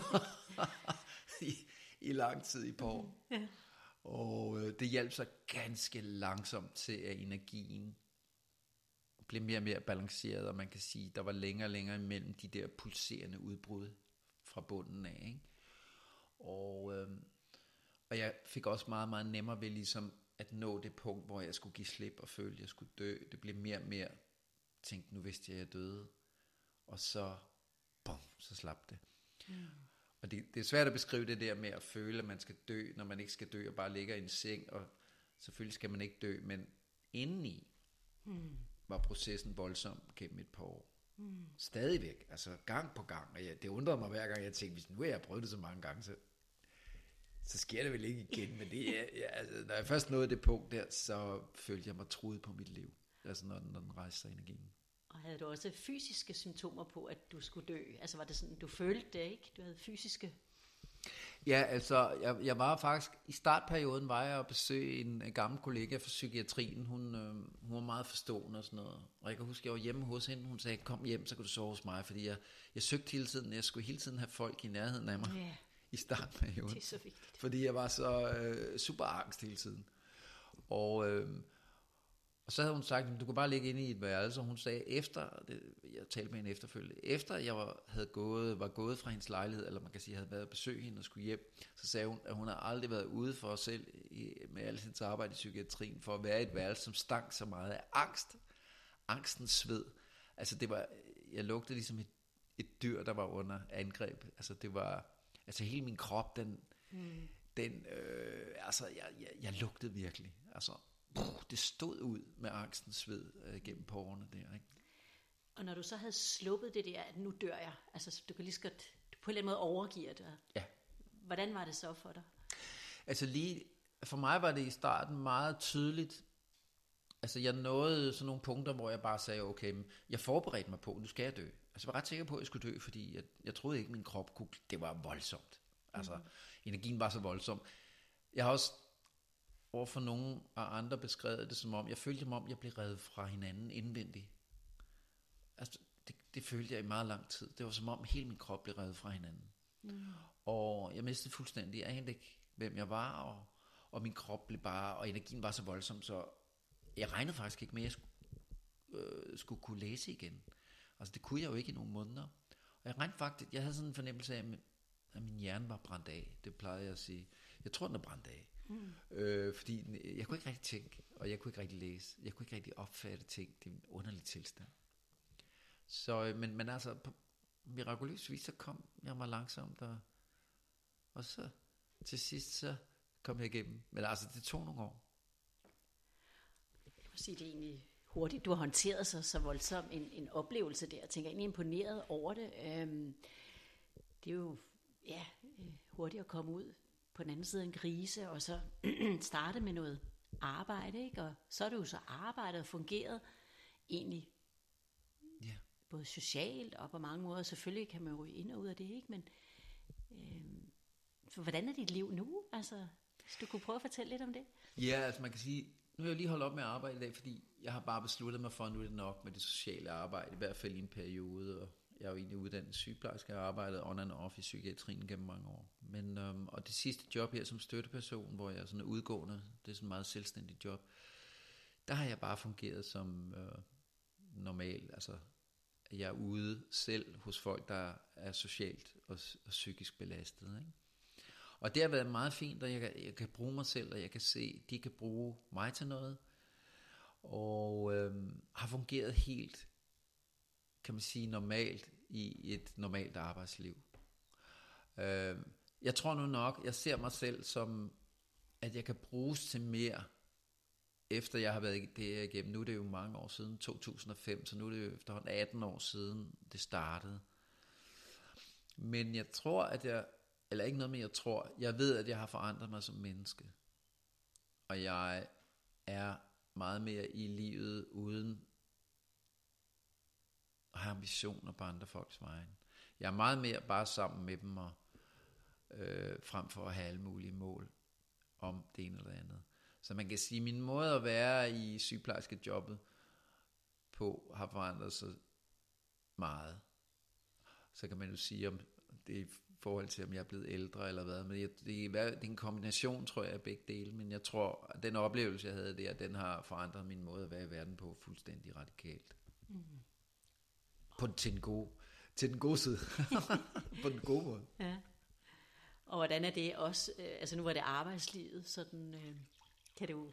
i lang tid, i et par år. Ja. Og det hjalp sig ganske langsomt til, at energien blev mere og mere balanceret, og man kan sige, der var længere og længere imellem de der pulserende udbrud fra bunden af. Ikke? Og jeg fik også meget, meget nemmere ved ligesom at nå det punkt, hvor jeg skulle give slip og føle, at jeg skulle dø. Det blev mere og mere, tænkte, nu vidste jeg, at jeg døde. Og så slap det. Og det er svært at beskrive det der med at føle, at man skal dø, når man ikke skal dø, og bare ligger i en seng, og selvfølgelig skal man ikke dø, men indeni var processen voldsom gennem et par år. Stadigvæk, altså gang på gang, og det undrede mig hver gang, jeg tænkte, hvis nu jeg har prøvet det så mange gange, så sker det vel ikke igen, men det er, altså, når jeg først nåede det punkt der, så følte jeg mig truet på mit liv, altså når den rejste sig energien. Og havde du også fysiske symptomer på, at du skulle dø? Altså var det sådan, du følte det, ikke? Du havde fysiske... Ja, altså, jeg var faktisk, i startperioden var jeg at besøge en gammel kollega fra psykiatrien. Hun var meget forstående og sådan noget. Og jeg kan huske, jeg var hjemme hos hende. Hun sagde, kom hjem, så kan du sove hos mig. Fordi jeg søgte hele tiden, jeg skulle hele tiden have folk i nærheden af mig i startperioden. Det er så vigtigt. Fordi jeg var så super angst hele tiden. Og så havde hun sagt, du kan bare ligge inde i et værelse, og hun sagde, jeg talte med hende efterfølgende, efter jeg var gået fra hendes lejlighed, eller man kan sige, havde været at besøge hende og skulle hjem, så sagde hun, at hun havde aldrig været ude for sig selv med alt hendes arbejde i psykiatrien, for at være i et værelse, som stank så meget af angst. Angstens sved. Altså jeg lugtede ligesom et dyr, der var under angreb. Altså det var, hele min krop, jeg lugtede virkelig. Altså, det stod ud med angstens sved gennem porerne der, ikke? Og når du så havde sluppet det der, at nu dør jeg, altså du kan lige så godt, du på en eller anden måde overgiver dig. Ja. Hvordan var det så for dig? Altså for mig var det i starten meget tydeligt. Altså jeg nåede sådan nogle punkter, hvor jeg bare sagde, okay, jeg forberedte mig på, nu skal jeg dø. Altså jeg var ret sikker på, at jeg skulle dø, fordi jeg troede ikke, min krop kunne, det var voldsomt. Altså energien var så voldsom. Jeg har også over for nogle af andre beskrevet det som om, jeg følte mig om, jeg blev revet fra hinanden indvendigt. Altså, det følte jeg i meget lang tid. Det var som om, hele min krop blev revet fra hinanden. Og jeg mistede fuldstændig, jeg anede ikke, hvem jeg var, og min krop blev bare, og energien var så voldsom, så jeg regnede faktisk ikke med, at jeg skulle kunne læse igen. Altså, det kunne jeg jo ikke i nogle måneder. Og jeg regnede faktisk, jeg havde sådan en fornemmelse af, at min hjerne var brændt af. Det plejede jeg at sige. Jeg tror, den er brændt af. Fordi jeg kunne ikke rigtig tænke, og jeg kunne ikke rigtig læse, jeg kunne ikke rigtig opfatte ting. Det er en underlig tilstand. Så, men altså, på mirakuløs vis, så kom jeg mig langsomt, og så til sidst, så kom jeg igennem. Men altså, det tog nogle år. Jeg må sige, det er egentlig hurtigt. Du har håndteret så voldsom en oplevelse der. Jeg tænker egentlig imponeret over det. Det er jo hurtigt at komme ud på den anden side af en krise, og så starte med noget arbejde, ikke? Og så er det jo så arbejdet og fungeret egentlig både socialt og på mange måder. Selvfølgelig kan man jo ind og ud af det, ikke? Men hvordan er dit liv nu? Altså, hvis du kunne prøve at fortælle lidt om det? Ja, altså man kan sige, nu har jeg lige holdt op med at arbejde i dag, fordi jeg har bare besluttet mig for, at nu er det nok med det sociale arbejde, i hvert fald i en periode, og jeg er jo egentlig uddannet sygeplejerske, jeg har arbejdet on and off i psykiatrien gennem mange år. Men, og det sidste job her som støtteperson, hvor jeg er sådan udgående, det er sådan et meget selvstændigt job, der har jeg bare fungeret som normal, altså jeg er ude selv hos folk, der er socialt og psykisk belastet, ikke? Og det har været meget fint, og jeg kan bruge mig selv, og jeg kan se, de kan bruge mig til noget, og har fungeret helt, kan man sige, normalt i et normalt arbejdsliv. Jeg tror nu nok, jeg ser mig selv som, at jeg kan bruges til mere, efter jeg har været det igennem. Nu er det jo mange år siden, 2005, så nu er det jo efterhånden 18 år siden, det startede. Men jeg tror, eller ikke noget med, jeg ved, at jeg har forandret mig som menneske. Og jeg er meget mere i livet uden at have ambitioner på andre folks vegne. Jeg er meget mere bare sammen med dem, og frem for at have alle mulige mål om det ene eller det andet. Så man kan sige, at min måde at være i sygeplejerske jobbet på har forandret sig meget. Så kan man jo sige, om det er i forhold til, om jeg er blevet ældre eller hvad. Men det er en kombination, tror jeg, af begge dele. Men jeg tror, at den oplevelse, jeg havde der, den har forandret min måde at være i verden på fuldstændig radikalt. Til den gode side. På den gode måde. Ja. Og hvordan er det også, altså nu var det arbejdslivet, sådan kan du,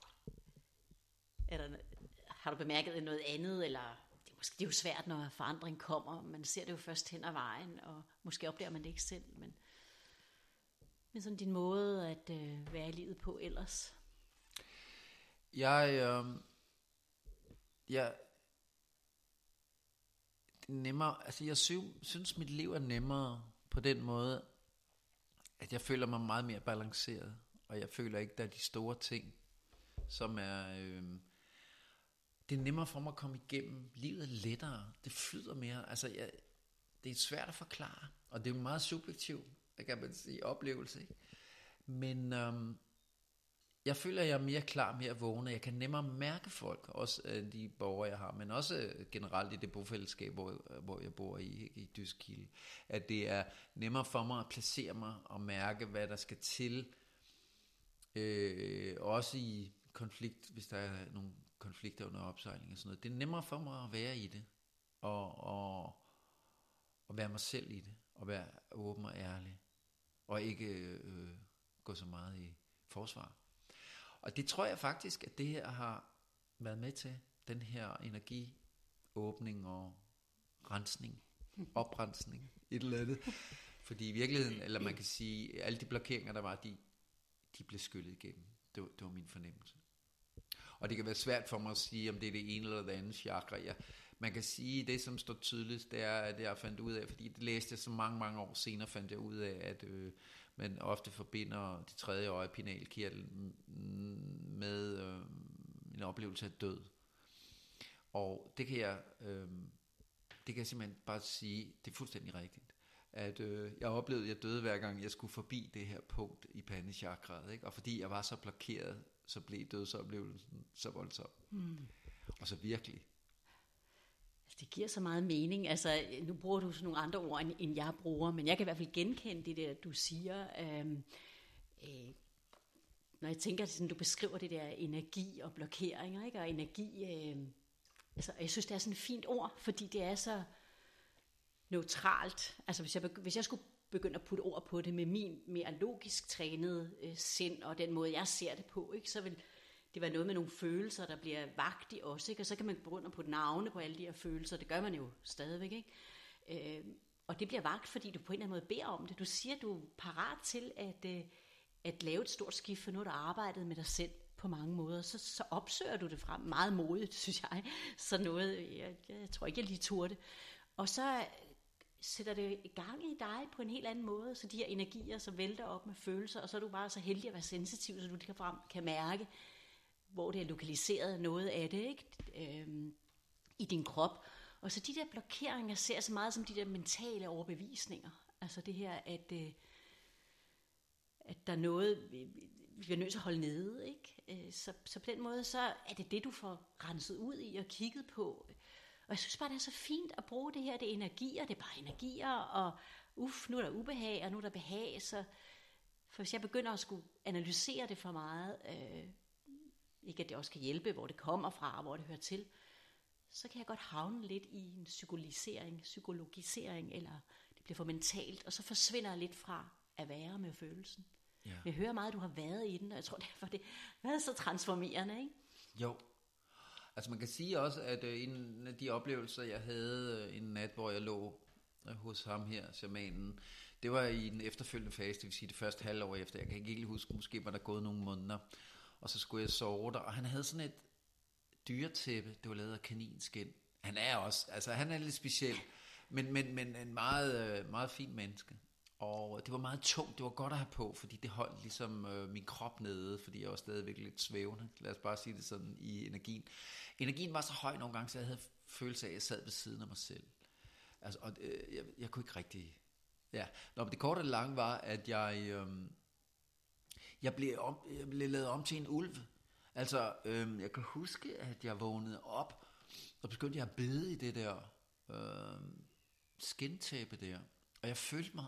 har du bemærket noget andet, eller det er jo svært, når forandring kommer, man ser det jo først hen ad vejen, og måske opdager man det ikke selv, men sådan din måde at være i livet på ellers? Nemmere, altså jeg synes mit liv er nemmere på den måde, at jeg føler mig meget mere balanceret, og jeg føler ikke, der er de store ting, som er, det er nemmere for mig at komme igennem, livet er lettere, det flyder mere, altså det er svært at forklare, og det er jo meget subjektivt, hvad kan man sige, oplevelse, ikke? Men jeg føler, at jeg er mere klar, mere vågen, jeg kan nemmere mærke folk, også de borgere, jeg har, men også generelt i det bofællesskab, hvor jeg bor i, ikke? I Dyskilde, at det er nemmere for mig at placere mig og mærke, hvad der skal til, også i konflikt, hvis der er nogle konflikter under opsejling og sådan noget. Det er nemmere for mig at være i det, og være mig selv i det, og være åben og ærlig, og ikke gå så meget i forsvar. Og det tror jeg faktisk, at det her har været med til, den her energiåbning og rensning, oprensning, et eller andet. Fordi i virkeligheden, eller man kan sige, alle de blokeringer, der var, de blev skyllet igennem. Det var min fornemmelse. Og det kan være svært for mig at sige, om det er det ene eller det andet chakra. Man kan sige, det som står tydeligst, det er, at jeg fandt ud af, fordi det læste jeg så mange år senere, fandt jeg ud af, at man ofte forbinder det tredje øje, pinealkirtlen, med en oplevelse af død. Og det kan jeg simpelthen bare sige, det er fuldstændig rigtigt, at jeg oplevede, at jeg døde hver gang, jeg skulle forbi det her punkt i pandechakraet, ikke? Og fordi jeg var så blokeret, så blev dødsoplevelsen så voldsom. Og så virkelig. Det giver så meget mening. Altså, nu bruger du sådan nogle andre ord, end jeg bruger, men jeg kan i hvert fald genkende det der, du siger. Når jeg tænker, sådan, du beskriver det der energi og blokeringer, ikke? Og energi, altså, jeg synes, det er sådan et fint ord, fordi det er så neutralt. Altså, hvis jeg skulle begynde at putte ord på det med min mere logisk trænede sind, og den måde, jeg ser det på, ikke? Så vil det være noget med nogle følelser, der bliver vagt i os, ikke? Og så kan man begynde at putte navne på alle de her følelser. Det gør man jo stadigvæk, ikke? Og det bliver vagt, fordi du på en eller anden måde beder om det. Du siger, du er parat til at lave et stort skift, for nu har du arbejdet med dig selv på mange måder. Så opsøger du det frem. Meget modigt, synes jeg. Så noget, jeg tror ikke, jeg lige turde det. Og så sætter det i gang i dig på en helt anden måde, så de her energier, så vælter op med følelser, og så er du bare så heldig at være sensitiv, så du kan mærke, hvor det er lokaliseret noget af det, ikke? I din krop. Og så de der blokeringer ser så meget som de der mentale overbevisninger. Altså det her, at der er noget, vi er nødt til at holde nede, ikke? Så på den måde, så er det du får renset ud i og kigget på. Og jeg synes bare, det er så fint at bruge det her. Det er energier, det er bare energier, og nu er der ubehag, og nu er der behag. Så for hvis jeg begynder at skulle analysere det for meget, ikke at det også kan hjælpe, hvor det kommer fra, og hvor det hører til, så kan jeg godt havne lidt i en psykologisering, eller det bliver for mentalt, og så forsvinder jeg lidt fra at være med følelsen. Ja. Jeg hører meget, at du har været i den, og jeg tror derfor, det har været så transformerende, ikke? Jo. Altså man kan sige også, at en af de oplevelser, jeg havde en nat, hvor jeg lå hos ham her, shamanen, det var i den efterfølgende fase, det vil sige det første halvår efter. Jeg kan ikke helt huske, måske var der gået nogle måneder, og så skulle jeg sove der, og han havde sådan et dyretæppe, det var lavet af kaninskin. Han er også, altså han er lidt speciel, men en meget, meget fin menneske. Og det var meget tungt, det var godt at have på, fordi det holdt ligesom min krop nede, fordi jeg var stadigvæk lidt svævende, lad os bare sige det sådan, i energien. Energien var så høj nogle gange, så jeg havde følelse af, at jeg sad ved siden af mig selv. Altså, og jeg kunne ikke rigtig... Ja, men det korte og lange var, at jeg blev lavet om til en ulv. Altså, jeg kan huske, at jeg vågnede op, og begyndte jeg at bede i det der skintæppe der. Og jeg følte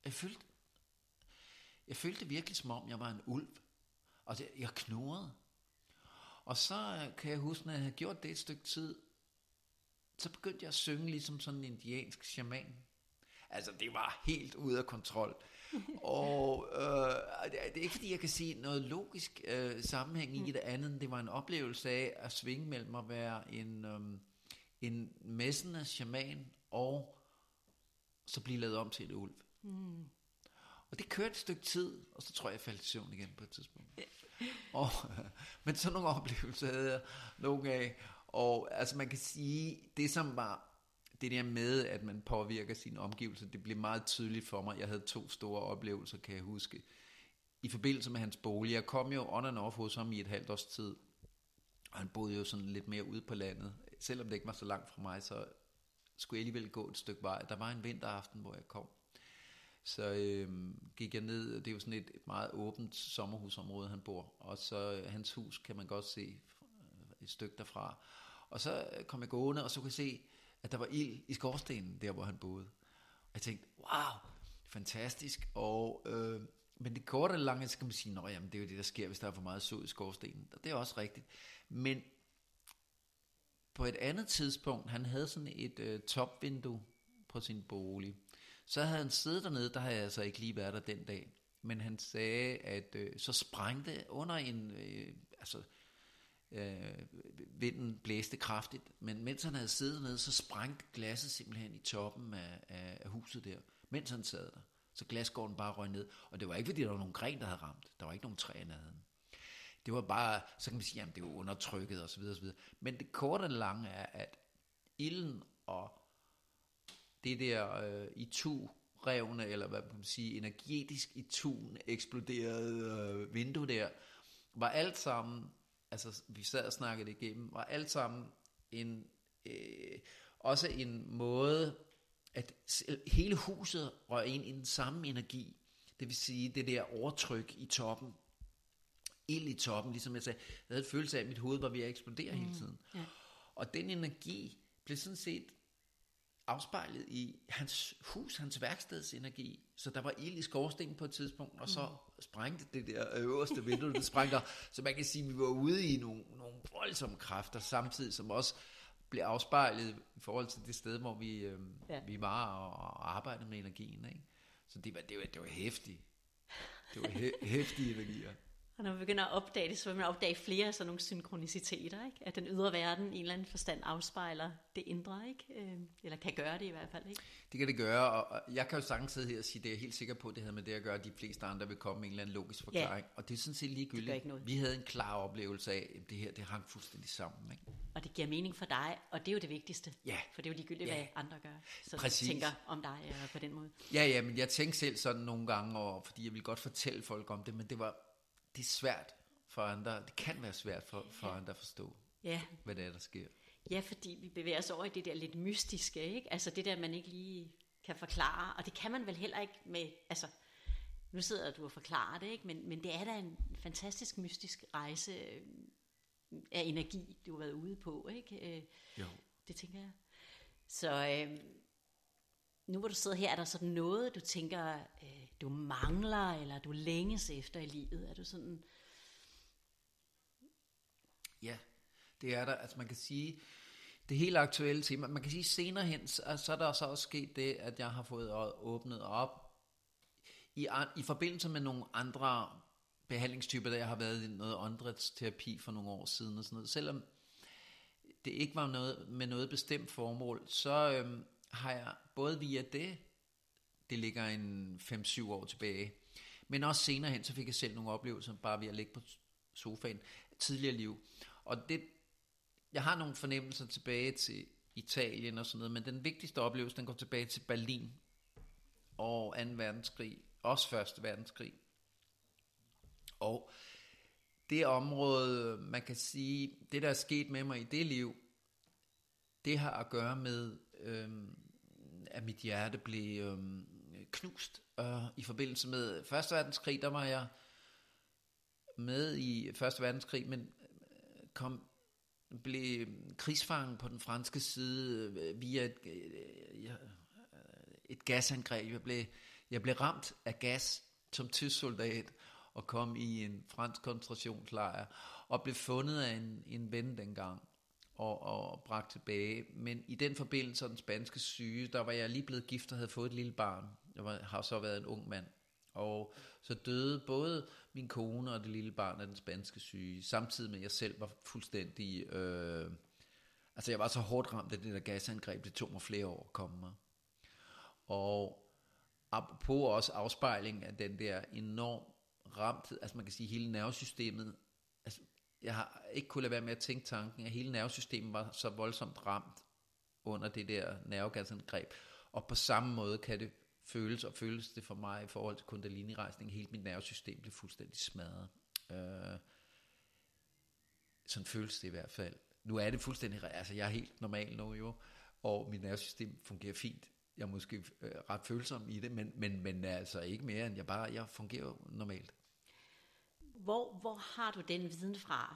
det virkelig som om, jeg var en ulv. Og jeg knurrede. Og så kan jeg huske, når jeg havde gjort det et stykke tid, så begyndte jeg at synge ligesom sådan en indiansk shaman. Altså, det var helt ude af kontrol. Og det er ikke fordi, jeg kan sige noget logisk sammenhæng i det andet. Det var en oplevelse af at svinge mellem at være en messende shaman, og så blive lavet om til et ulv. Og det kørte et stykke tid, og så tror jeg faldt i søvn igen på et tidspunkt. Men sådan nogle oplevelser havde jeg nogle af. Og altså man kan sige, det som var det der med, at man påvirker sine omgivelser, det blev meget tydeligt for mig. Jeg havde 2 store oplevelser, kan jeg huske. I forbindelse med hans bolig. Jeg kom jo on and off hos ham i et halvt års tid. Og han boede jo sådan lidt mere ude på landet. Selvom det ikke var så langt fra mig, så skulle jeg alligevel gå et stykke vej. Der var en vinteraften, hvor jeg kom. Så gik jeg ned, det er jo sådan et meget åbent sommerhusområde, han bor, og så hans hus kan man godt se et stykke derfra. Og så kom jeg gående, og så kunne jeg se, at der var ild i skorstenen, der hvor han boede. Og jeg tænkte, wow, fantastisk. Og, men det korte eller lange, så kan man sige, nå jamen, det er jo det, der sker, hvis der er for meget sod i skorstenen. Og det er også rigtigt. Men på et andet tidspunkt, han havde sådan et topvindue på sin bolig. Så havde han siddet dernede, der havde jeg altså ikke lige været der den dag. Men han sagde, at så sprængte under en, vinden blæste kraftigt, men mens han havde siddet nede, så sprængte glasset simpelthen i toppen af huset der, mens han sad der. Så glasgården bare røg ned, og det var ikke fordi, der var nogen gren, der havde ramt. Der var ikke nogen træer, der havde. Det var bare, så kan man sige, jamen det var undertrykket og så videre, og så videre. Men det korte og lange er, at ilden og det der itu-revne, eller hvad man kan sige, energetisk itu eksploderede vindue der, var alt sammen, altså vi sad og snakkede det igennem, var alt sammen også en måde, at hele huset røg ind i den samme energi. Det vil sige, det der overtryk i toppen, ild i toppen, ligesom jeg sagde, jeg havde en følelse af, at mit hoved var ved at eksplodere hele tiden. Ja. Og den energi blev sådan set afspejlet i hans hus, hans værksteds energi. Så der var ild i skorstenen på et tidspunkt, og så sprængte det der øverste vindue, det sprængte. Så man kan sige, at vi var ude i nogle voldsomme kræfter, samtidig som også blev afspejlet i forhold til det sted, hvor vi var og arbejdede med energien. Ikke? Så det var hæftigt. Det var hæftige energier. Og når man begynder at opdage det, så vil man opdage flere af sådan nogle synkroniciteter, ikke? At den ydre verden i en eller anden forstand afspejler det indre, ikke? Eller kan gøre det i hvert fald, ikke? Det kan det gøre, og jeg kan jo sagtens sidde her og sige, det er jeg helt sikker på, det havde med det at gøre, at de fleste andre vil komme med en eller anden logisk forklaring. Ja. Og det er sådan set ligegyldigt. Vi havde en klar oplevelse af, at det her, det hang fuldstændig sammen, ikke? Og det giver mening for dig, og det er jo det vigtigste. Ja. For det er jo ligegyldigt, hvad andre gør. Så præcis. Du tænker om dig på den måde. Ja, men jeg tænkte selv sådan nogle gange, og fordi jeg ville godt fortælle folk om det, men det er svært for andre. Det kan være svært for andre at forstå, hvad det er, der sker. Ja, fordi vi bevæger os over i det der lidt mystiske, ikke? Altså det der, man ikke lige kan forklare. Og det kan man vel heller ikke med, altså nu sidder du og forklarer det, ikke? Men det er da en fantastisk mystisk rejse af energi, du har været ude på, ikke? Jo. Det tænker jeg. Så nu hvor du sidder her, er der sådan noget, du tænker, du mangler, eller du længes efter i livet? Er du sådan? Ja, det er der. Altså man kan sige, det helt aktuelle tema, man kan sige senere hen, så er der så også sket det, at jeg har fået åbnet op i forbindelse med nogle andre behandlingstyper, der jeg har været i noget åndedrætsterapi for nogle år siden og sådan noget. Selvom det ikke var noget med noget bestemt formål, så har jeg både via det ligger en 5-7 år tilbage, men også senere hen, så fik jeg selv nogle oplevelser, bare ved at ligge på sofaen, tidligere liv. Og jeg har nogle fornemmelser tilbage til Italien og sådan noget, men den vigtigste oplevelse, den går tilbage til Berlin og 2. verdenskrig, også 1. verdenskrig. Og det område, man kan sige, det der er sket med mig i det liv, det har at gøre med, at mit hjerte blev knust. I forbindelse med 1. verdenskrig, der var jeg med i 1. verdenskrig, men blev krigsfangen på den franske side via et gasangreb. Jeg blev ramt af gas som tysk soldat og kom i en fransk koncentrationslejr og blev fundet af en ven dengang og bragt tilbage. Men i den forbindelse af den spanske syge, der var jeg lige blevet gift og havde fået et lille barn. Har så været en ung mand. Og så døde både min kone og det lille barn af den spanske syge, samtidig med at jeg selv var fuldstændig, altså jeg var så hårdt ramt af det der gasangreb, det tog mig flere år at komme mig. Og apropos også afspejling af den der enorm ramthed, altså man kan sige hele nervesystemet, altså jeg har ikke kunnet lade være med at tænke tanken, at hele nervesystemet var så voldsomt ramt under det der nervegasangreb, og på samme måde kan det føles det for mig i forhold til kundalini-rejsning. Hele mit nervesystem blev fuldstændig smadret. Sådan føles det i hvert fald. Nu er det fuldstændig, altså jeg er helt normal nu jo, og mit nervesystem fungerer fint. jeg er måske ret følsom i det, men altså ikke mere end jeg fungerer jo normalt. Hvor har du den viden fra,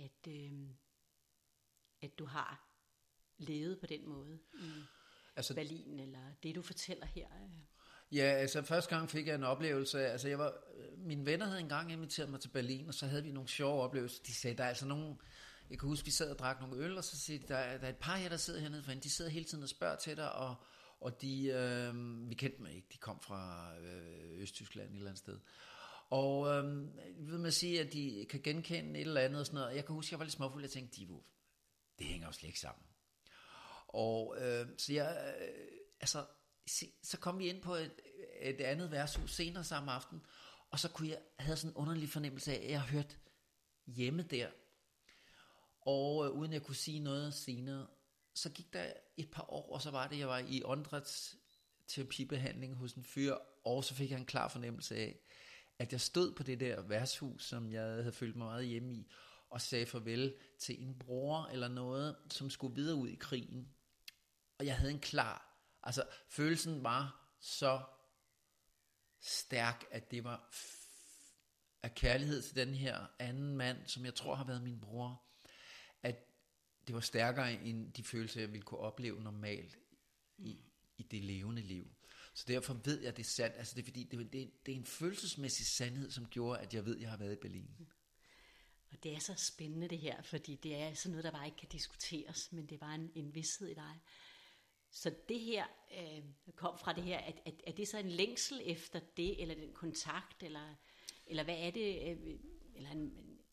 at du har levet på den måde i altså, Berlin, eller det du fortæller her? Ja, altså første gang fik jeg en oplevelse, altså mine venner havde engang inviteret mig til Berlin, og så havde vi nogle sjove oplevelser. De sagde, der er altså nogen, jeg kan huske, vi sad og drak nogle øl, og så siger de, der er et par her, der sidder hernede for hende, de sidder hele tiden og spørger til dig, og de, vi kendte mig ikke, de kom fra Østtyskland et eller andet sted. Og vil man sige, at de kan genkende et eller andet og sådan noget. Jeg kan huske, jeg var lidt småfuld, og jeg tænkte, det hænger jo slet ikke sammen. Og så jeg, så kom vi ind på et andet værtshus senere samme aften, og så havde sådan en underlig fornemmelse af, at jeg hørte hjemme der. Og uden jeg kunne sige noget senere, så gik der et par år, og så var det, jeg var i åndedrætsterapibehandling hos en fyr, og så fik jeg en klar fornemmelse af, at jeg stod på det der værtshus, som jeg havde følt mig meget hjemme i, og sagde farvel til en bror eller noget, som skulle videre ud i krigen. Og jeg havde en klar, altså følelsen var så stærk, at det var af kærlighed til den her anden mand, som jeg tror har været min bror, at det var stærkere end de følelser, jeg ville kunne opleve normalt i det levende liv. Så derfor ved jeg, det er sandt. Altså det er fordi, det er en følelsesmæssig sandhed, som gjorde, at jeg ved, at jeg har været i Berlin. Og det er så spændende det her, fordi det er sådan noget, der bare ikke kan diskuteres, men det var en vished i dig. Så det her kom fra det her, er det så en længsel efter det, eller den kontakt, eller hvad er det? Eller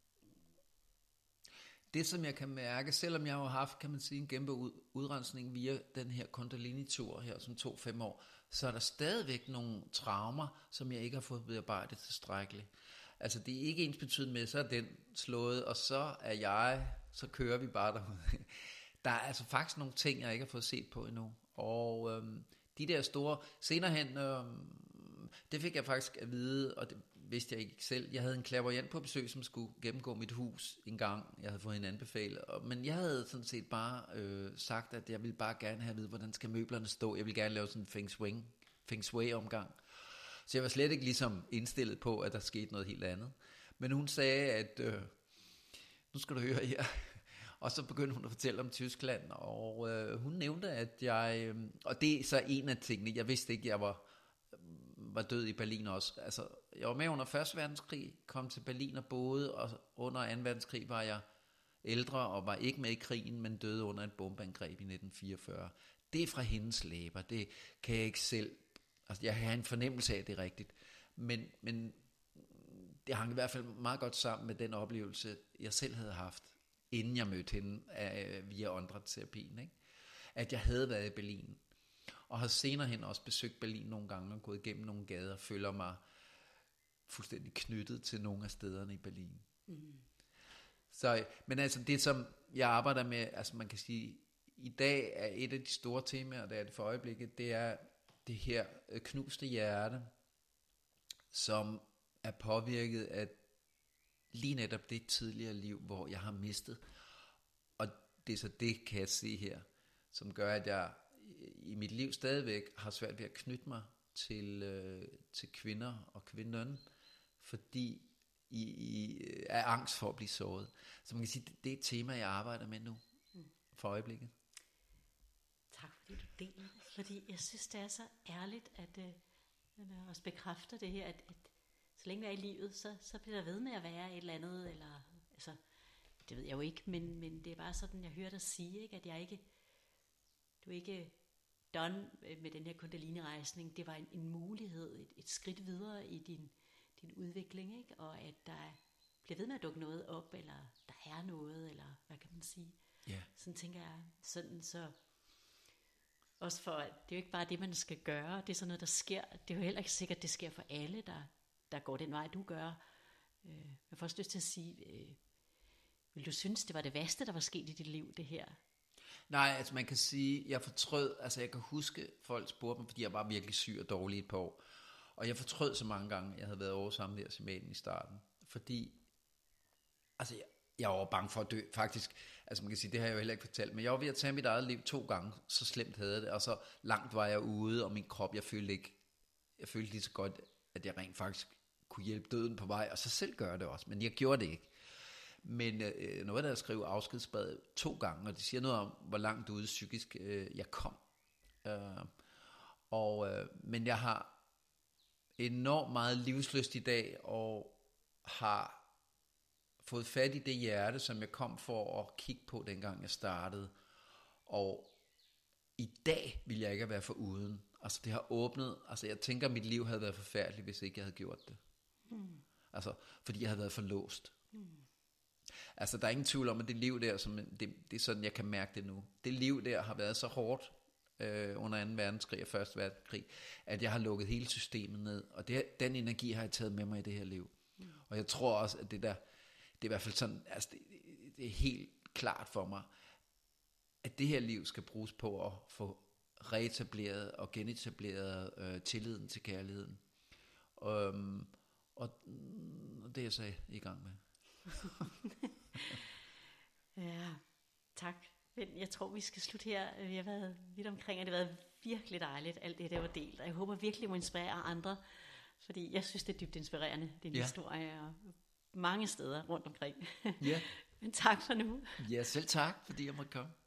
det, som jeg kan mærke, selvom jeg har haft, kan man sige, en kæmpe udrensning via den her Kundalini-tur her, som tog 5 år, så er der stadigvæk nogle traumer, som jeg ikke har fået bearbejdet tilstrækkeligt. Altså det er ikke ensbetydende med, så er den slået, og så kører vi bare derude. Der er altså faktisk nogle ting, jeg ikke har fået set på endnu. Og de der store, senere hen, det fik jeg faktisk at vide, og det vidste jeg ikke selv. Jeg havde en clairvoyant på besøg, som skulle gennemgå mit hus en gang. Jeg havde fået en anbefaling. Men jeg havde sådan set bare sagt, at jeg ville bare gerne have at vide, hvordan skal møblerne stå. Jeg ville gerne lave sådan en feng shui omgang. Så jeg var slet ikke ligesom indstillet på, at der skete noget helt andet. Men hun sagde, at nu skal du høre her. Og så begyndte hun at fortælle om Tyskland, og hun nævnte, at jeg, og det er så en af tingene, jeg vidste ikke, jeg var død i Berlin også. Altså, jeg var med under 1. verdenskrig, kom til Berlin og boede, og under 2. verdenskrig var jeg ældre og var ikke med i krigen, men døde under et bombeangreb i 1944. Det er fra hendes læber, det kan jeg ikke selv, altså jeg har en fornemmelse af, at det er rigtigt, men det hang i hvert fald meget godt sammen med den oplevelse, jeg selv havde haft, inden jeg mødte hende via åndedrætsterapien, ikke? At jeg havde været i Berlin, og har senere hen også besøgt Berlin nogle gange, og gået igennem nogle gader, og føler mig fuldstændig knyttet til nogle af stederne i Berlin. Mm. Så, men altså det, som jeg arbejder med, altså man kan sige, i dag er et af de store temaer, der er det for øjeblikket, det er det her knuste hjerte, som er påvirket af lige netop det tidligere liv, hvor jeg har mistet. Og det er så det, kan jeg se her, som gør, at jeg i mit liv stadigvæk har svært ved at knytte mig til kvinder og kvinderne, fordi I er angst for at blive såret. Så man kan sige, det er et tema, jeg arbejder med nu, for øjeblikket. Tak fordi du deler det, fordi jeg synes, det er så ærligt, at også bekræfter det her, at så længe vi er i livet, så bliver der ved med at være et eller andet, eller, altså, det ved jeg jo ikke, men det er bare sådan, jeg hører dig sige, ikke, at du er ikke done med den her kundalini-rejsning. Det var en mulighed, et skridt videre i din udvikling, ikke? Og at der bliver ved med at dukke noget op, eller der er noget, eller hvad kan man sige? Yeah. Sådan tænker jeg, sådan så også for, det er jo ikke bare det, man skal gøre, det er sådan noget, der sker. Det er jo heller ikke sikkert, det sker for alle, der går den vej, du gør. Jeg får også lyst til at sige, vil du synes, det var det værste, der var sket i dit liv, det her? Nej, altså man kan sige, jeg fortrød, altså jeg kan huske, folk spurgte mig, fordi jeg var virkelig syg og dårlig et par år. Og jeg fortrød så mange gange, jeg havde været over sammen der i starten. Fordi, altså jeg var bange for at dø, faktisk. Altså man kan sige, det har jeg jo heller ikke fortalt, men jeg var ved at tage mit eget liv 2 gange, så slemt havde jeg det, og så langt var jeg ude, og min krop, jeg følte lige så godt, at jeg rent faktisk kunne hjælpe døden på vej, og så selv gøre det også, men jeg gjorde det ikke. Men noget der at skrive afskedsbrevet 2 gange, og det siger noget om, hvor langt ude psykisk jeg kom. Men jeg har enormt meget livslyst i dag, og har fået fat i det hjerte, som jeg kom for at kigge på, dengang jeg startede. Og i dag vil jeg ikke være foruden. Altså det har åbnet, altså jeg tænker, at mit liv havde været forfærdeligt, hvis ikke jeg havde gjort det. Altså, fordi jeg havde været for låst. Altså der er ingen tvivl om, at det liv der, det er sådan, jeg kan mærke det nu. Det liv der har været så hårdt under 2. verdenskrig og 1. verdenskrig, at jeg har lukket hele systemet ned. Og den energi har jeg taget med mig i det her liv. Og jeg tror også, at det er i hvert fald sådan, altså det er helt klart for mig, at det her liv skal bruges på at få reetableret og genetableret tilliden til kærligheden. Og det er jeg så i gang med. Ja, tak. Jeg tror, vi skal slutte her. Vi har været vidt omkring, og det har været virkelig dejligt, alt det, der var delt. Og jeg håber virkelig, det må inspirere andre, fordi jeg synes, det er dybt inspirerende, din historie, og mange steder rundt omkring. Ja. Men tak for nu. Ja, selv tak, fordi jeg måtte komme.